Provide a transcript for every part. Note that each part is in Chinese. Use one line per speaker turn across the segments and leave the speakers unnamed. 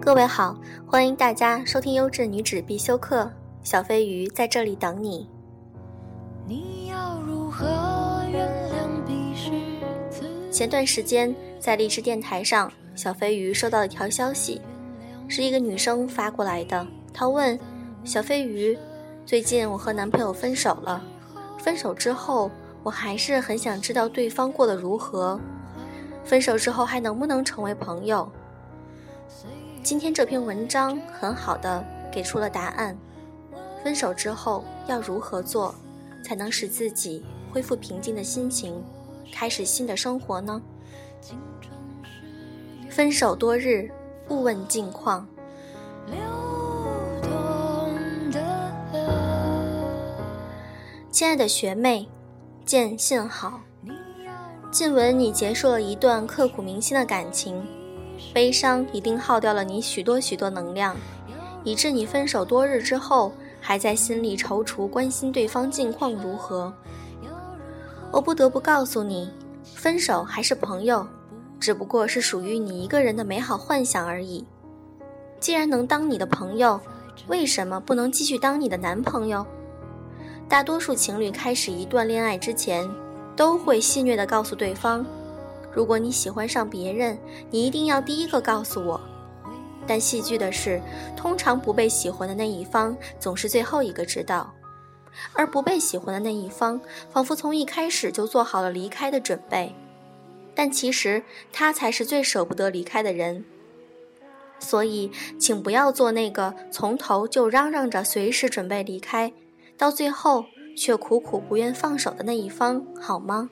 各位好，欢迎大家收听优质女纸必修课，小飞鱼在这里等你。
你要如何原谅彼时自己？
前段时间在励志电台上，小飞鱼收到了一条消息，是一个女生发过来的。她问小飞鱼，最近我和男朋友分手了，分手之后我还是很想知道对方过得如何，分手之后还能不能成为朋友。今天这篇文章很好的给出了答案，分手之后要如何做才能使自己恢复平静的心情，开始新的生活呢？分手多日，勿问近况。亲爱的学妹，见信好。近闻你结束了一段刻骨铭心的感情，悲伤一定耗掉了你许多能量，以致你分手多日之后还在心里踌躇，关心对方近况如何。我不得不告诉你，分手还是朋友，只不过是属于你一个人的美好幻想而已。既然能当你的朋友，为什么不能继续当你的男朋友？大多数情侣开始一段恋爱之前，都会戏谑地告诉对方，如果你喜欢上别人，你一定要第一个告诉我。但戏剧的是，通常不被喜欢的那一方总是最后一个知道，而不被喜欢的那一方仿佛从一开始就做好了离开的准备，但其实他才是最舍不得离开的人。所以请不要做那个从头就嚷嚷着随时准备离开，到最后却苦苦不愿放手的那一方，好吗？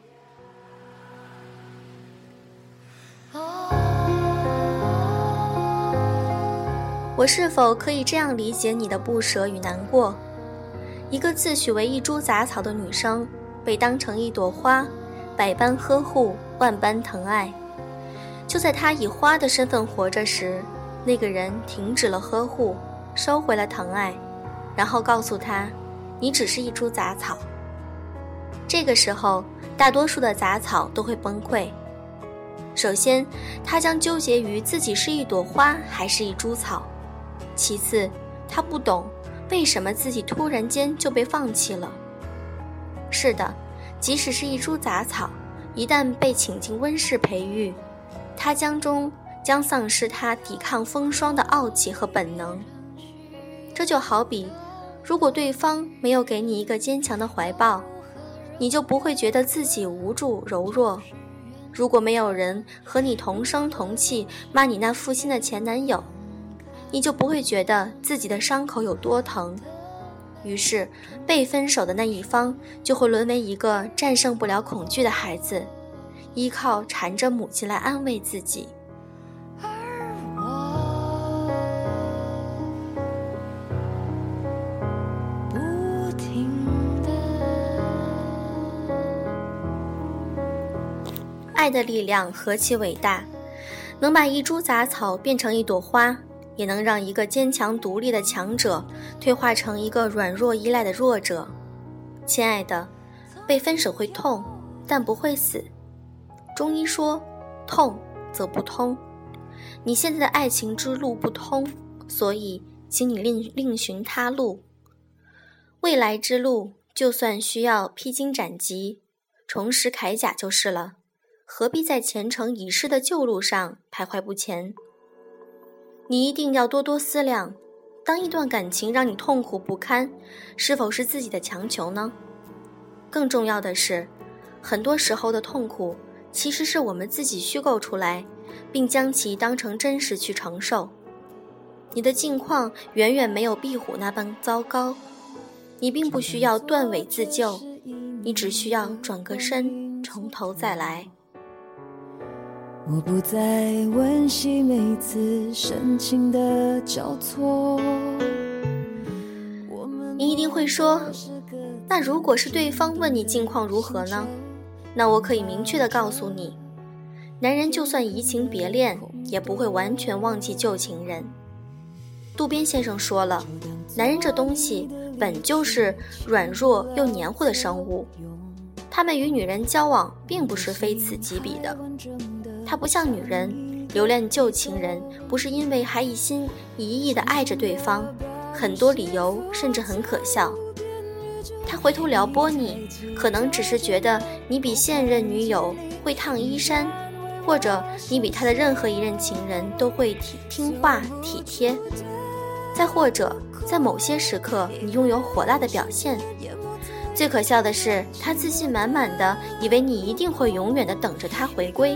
我是否可以这样理解你的不舍与难过？一个自诩为一株杂草的女生，被当成一朵花，百般呵护，万般疼爱。就在她以花的身份活着时，那个人停止了呵护，收回了疼爱，然后告诉她，你只是一株杂草。这个时候，大多数的杂草都会崩溃。首先，他将纠结于自己是一朵花还是一株草。其次，他不懂为什么自己突然间就被放弃了。是的，即使是一株杂草，一旦被请进温室培育，它将丧失它抵抗风霜的傲气和本能。这就好比，如果对方没有给你一个坚强的怀抱，你就不会觉得自己无助柔弱。如果没有人和你同声同气骂你那负心的前男友，你就不会觉得自己的伤口有多疼。于是被分手的那一方就会沦为一个战胜不了恐惧的孩子，依靠缠着母亲来安慰自己。爱的力量何其伟大，能把一株杂草变成一朵花，也能让一个坚强独立的强者退化成一个软弱依赖的弱者。亲爱的，被分手会痛，但不会死。中医说，痛则不通。你现在的爱情之路不通，所以请你另寻他路。未来之路，就算需要披荆斩棘，重拾铠甲就是了。何必在前程已逝的旧路上徘徊不前？你一定要多多思量，当一段感情让你痛苦不堪，是否是自己的强求呢？更重要的是，很多时候的痛苦其实是我们自己虚构出来，并将其当成真实去承受。你的境况远远没有壁虎那般糟糕，你并不需要断尾自救，你只需要转个身，从头再来。
我不再温习每次深情的交错。
你一定会说，那如果是对方问你近况如何呢？那我可以明确地告诉你，男人就算移情别恋，也不会完全忘记旧情人。渡边先生说了，男人这东西本就是软弱又黏糊的生物，他们与女人交往并不是非此即彼的。他不像女人， 留恋旧情人，不是因为还一心一意地爱着对方，很多理由甚至很可笑。他回头撩拨你，可能只是觉得你比现任女友会烫衣衫，或者你比他的任何一任情人都会听话体贴，再或者在某些时刻你拥有火辣的表现。最可笑的是，他自信满满的以为你一定会永远的等着他回归。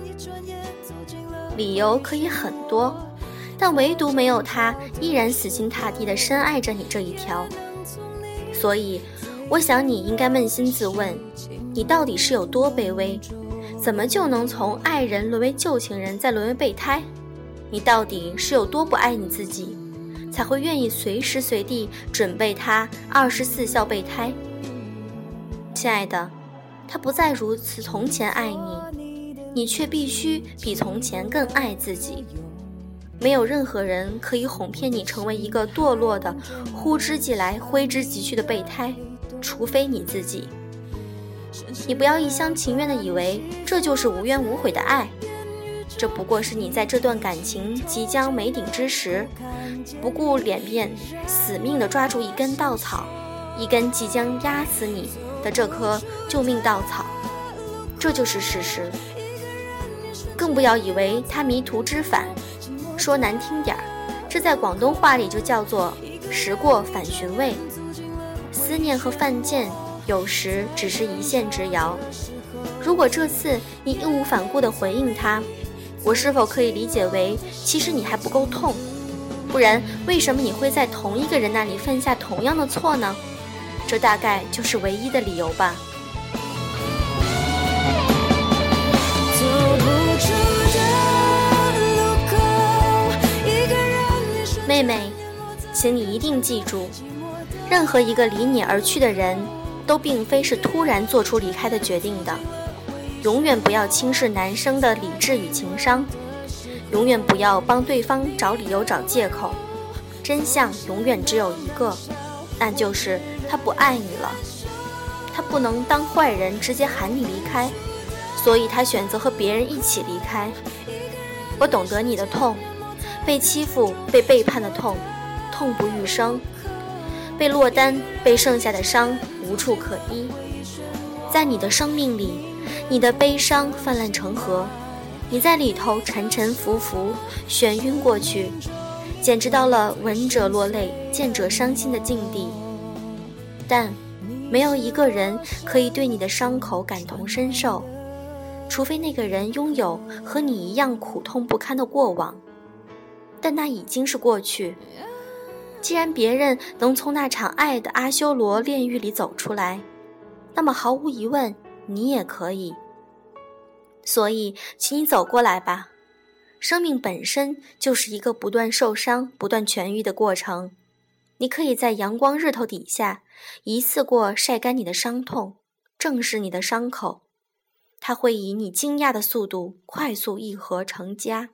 理由可以很多，但唯独没有他依然死心塌地地深爱着你这一条。所以我想你应该扪心自问，你到底是有多卑微，怎么就能从爱人沦为旧情人，再沦为备胎？你到底是有多不爱你自己，才会愿意随时随地准备他24孝备胎？亲爱的，他不再如此从前爱你，你却必须比从前更爱自己。没有任何人可以哄骗你成为一个堕落的呼之即来挥之即去的备胎，除非你自己。你不要一厢情愿地以为这就是无怨无悔的爱，这不过是你在这段感情即将没顶之时，不顾脸面死命地抓住一根稻草，一根即将压死你的这颗救命稻草，这就是事实。更不要以为他迷途知返，说难听点儿，这在广东话里就叫做时过反寻味。思念和犯贱有时只是一线之遥。如果这次你义无反顾地回应他，我是否可以理解为其实你还不够痛？不然为什么你会在同一个人那里犯下同样的错呢？这大概就是唯一的理由吧。妹妹，请你一定记住，任何一个离你而去的人都并非是突然做出离开的决定的。永远不要轻视男生的理智与情商，永远不要帮对方找理由找借口。真相永远只有一个，那就是他不爱你了。他不能当坏人直接喊你离开，所以他选择和别人一起离开。我懂得你的痛，被欺负被背叛的痛，痛不欲生，被落单被剩下的伤无处可依。在你的生命里，你的悲伤泛滥成河，你在里头沉沉浮浮眩晕过去，简直到了闻者落泪见者伤心的境地。但没有一个人可以对你的伤口感同身受，除非那个人拥有和你一样苦痛不堪的过往，但那已经是过去。既然别人能从那场爱的阿修罗炼狱里走出来，那么毫无疑问你也可以。所以请你走过来吧，生命本身就是一个不断受伤不断痊愈的过程。你可以在阳光日头底下一次过晒干你的伤痛，正视你的伤口，它会以你惊讶的速度快速愈合成痂。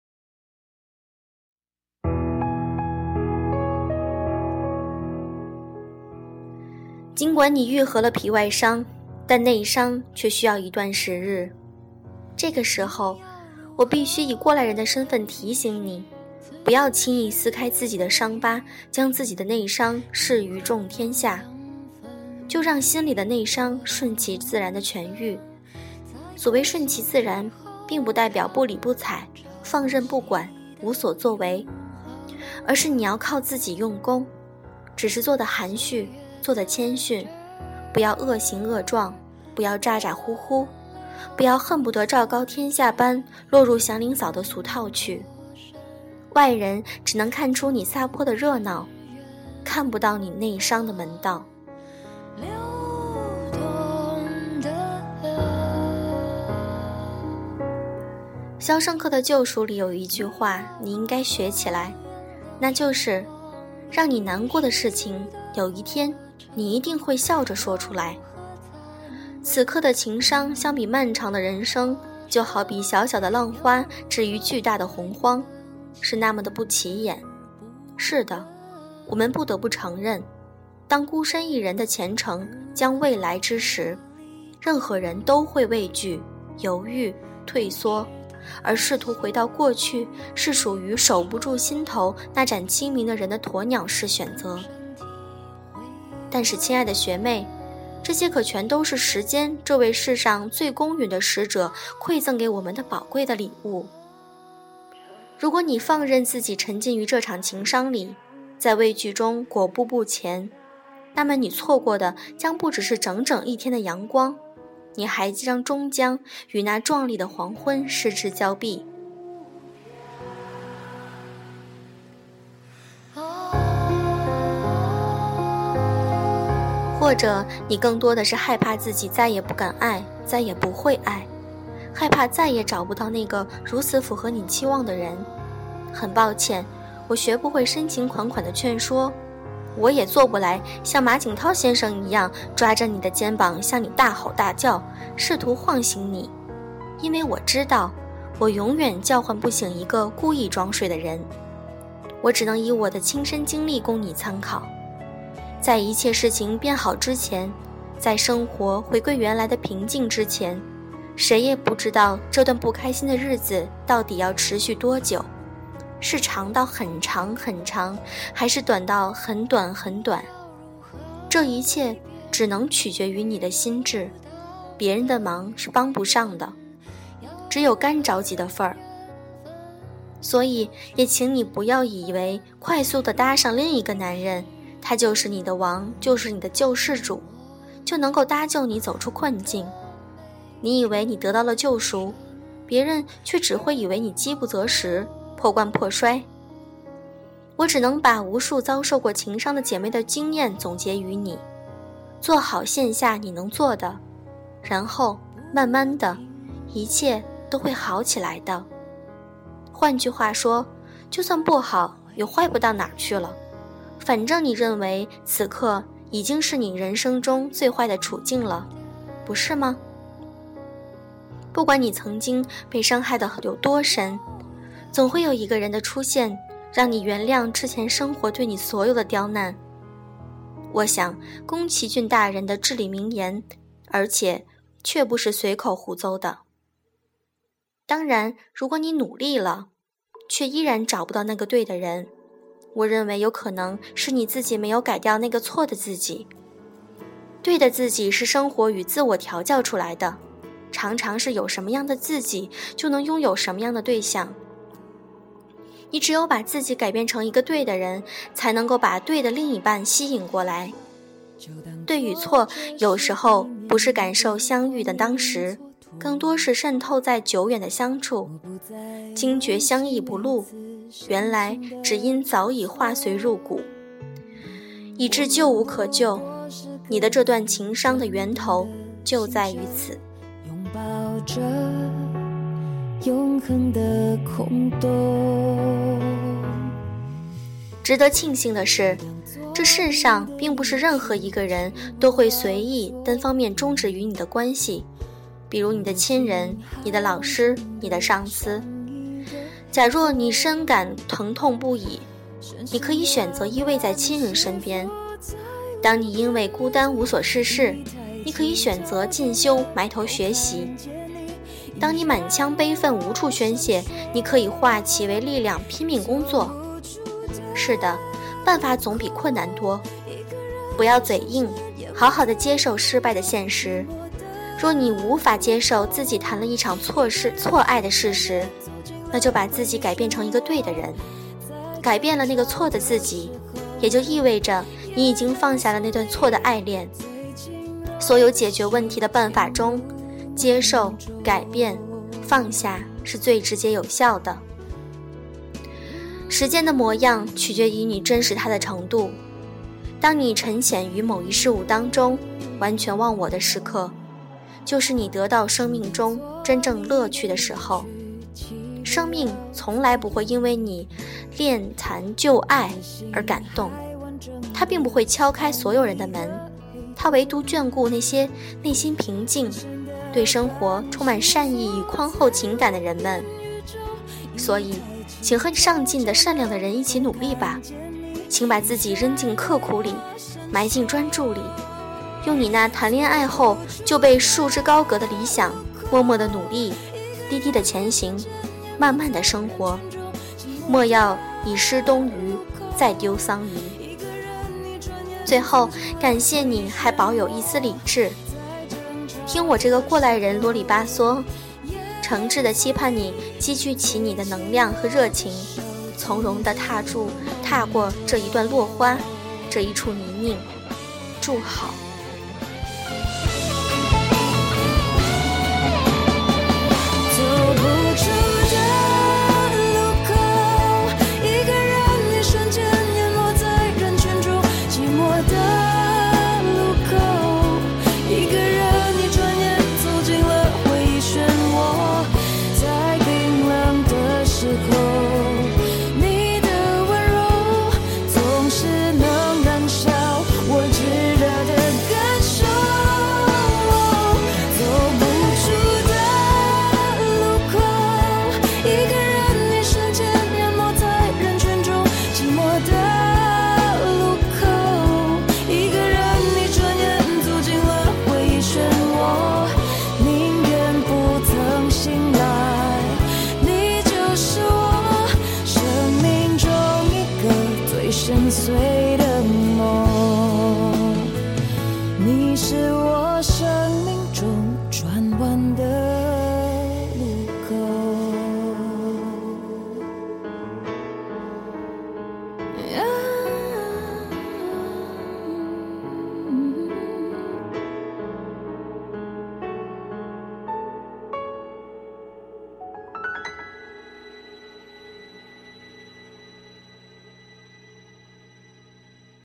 尽管你愈合了皮外伤，但内伤却需要一段时日。这个时候，我必须以过来人的身份提醒你，不要轻易撕开自己的伤疤，将自己的内伤示于众天下，就让心里的内伤顺其自然的痊愈。所谓顺其自然，并不代表不理不睬、放任不管、无所作为，而是你要靠自己用功，只是做得含蓄，做得谦逊，不要恶行恶状，不要咋咋呼呼，不要恨不得昭告天下般落入祥林嫂的俗套去。外人只能看出你撒泼的热闹，看不到你内伤的门道。肖申克的救赎里有一句话你应该学起来，那就是让你难过的事情，有一天你一定会笑着说出来。此刻的情伤相比漫长的人生，就好比小小的浪花置于巨大的洪荒，是那么的不起眼。是的，我们不得不承认，当孤身一人的前程将未来之时，任何人都会畏惧、犹豫、退缩， 而试图回到过去，是属于守不住心头那盏清明的人的鸵鸟式选择。但是亲爱的学妹，这些可全都是时间这位世上最公允的使者馈赠给我们的宝贵的礼物。如果你放任自己沉浸于这场情伤里，在畏惧中果步不前，那么你错过的将不只是整整一天的阳光，你还终将与那壮丽的黄昏失之交臂。或者你更多的是害怕自己再也不敢爱，再也不会爱，害怕再也找不到那个如此符合你期望的人。很抱歉，我学不会深情款款的劝说，我也做不来像马景涛先生一样抓着你的肩膀向你大吼大叫，试图唤醒你，因为我知道我永远叫唤不醒一个故意装睡的人。我只能以我的亲身经历供你参考。在一切事情变好之前，在生活回归原来的平静之前，谁也不知道这段不开心的日子到底要持续多久，是长到很长很长，还是短到很短很短。这一切只能取决于你的心智，别人的忙是帮不上的，只有干着急的份儿。所以也请你不要以为快速地搭上另一个男人，他就是你的王，就是你的救世主，就能够搭救你走出困境。你以为你得到了救赎，别人却只会以为你饥不择食，破罐破摔。我只能把无数遭受过情伤的姐妹的经验总结于你，做好线下你能做的，然后慢慢的，一切都会好起来的。换句话说，就算不好，也坏不到哪儿去了。反正你认为此刻已经是你人生中最坏的处境了，不是吗？不管你曾经被伤害得有多深，总会有一个人的出现，让你原谅之前生活对你所有的刁难。我想宫崎骏大人的至理名言，而且却不是随口胡诌的。当然，如果你努力了，却依然找不到那个对的人，我认为有可能是你自己没有改掉那个错的自己。对的自己是生活与自我调教出来的，常常是有什么样的自己，就能拥有什么样的对象。你只有把自己改变成一个对的人，才能够把对的另一半吸引过来。对与错，有时候不是感受相遇的当时，更多是渗透在久远的相处，惊觉相忆不露，原来只因早已化髓入骨，以致救无可救。你的这段情伤的源头就在于此。
拥抱着永恒的空洞。
值得庆幸的是，这世上并不是任何一个人都会随意单方面终止与你的关系，比如你的亲人、你的老师、你的上司。假若你深感疼痛不已，你可以选择依偎在亲人身边；当你因为孤单无所事事，你可以选择进修埋头学习；当你满腔悲愤无处宣泄，你可以化其为力量拼命工作。是的，办法总比困难多。不要嘴硬，好好的接受失败的现实。若你无法接受自己谈了一场错爱的事实，那就把自己改变成一个对的人。改变了那个错的自己，也就意味着你已经放下了那段错的爱恋。所有解决问题的办法中，接受、改变、放下是最直接有效的。时间的模样取决于你珍视它的程度。当你沉潜于某一事物当中，完全忘我的时刻，就是你得到生命中真正乐趣的时候。生命从来不会因为你恋谈旧爱而感动，它并不会敲开所有人的门，它唯独眷顾那些内心平静、对生活充满善意与宽厚情感的人们。所以请和上进的善良的人一起努力吧，请把自己扔进刻苦里，埋进专注里，用你那谈恋爱后就被束之高阁的理想默默的努力， 低低的前行，慢慢的生活，莫要以失东隅，再丢桑榆。最后，感谢你还保有一丝理智，听我这个过来人啰里吧嗦，诚挚的期盼你积聚起你的能量和热情，从容地踏过这一段落花，这一处泥泞。祝好。
深邃的梦，你是我生命中转弯的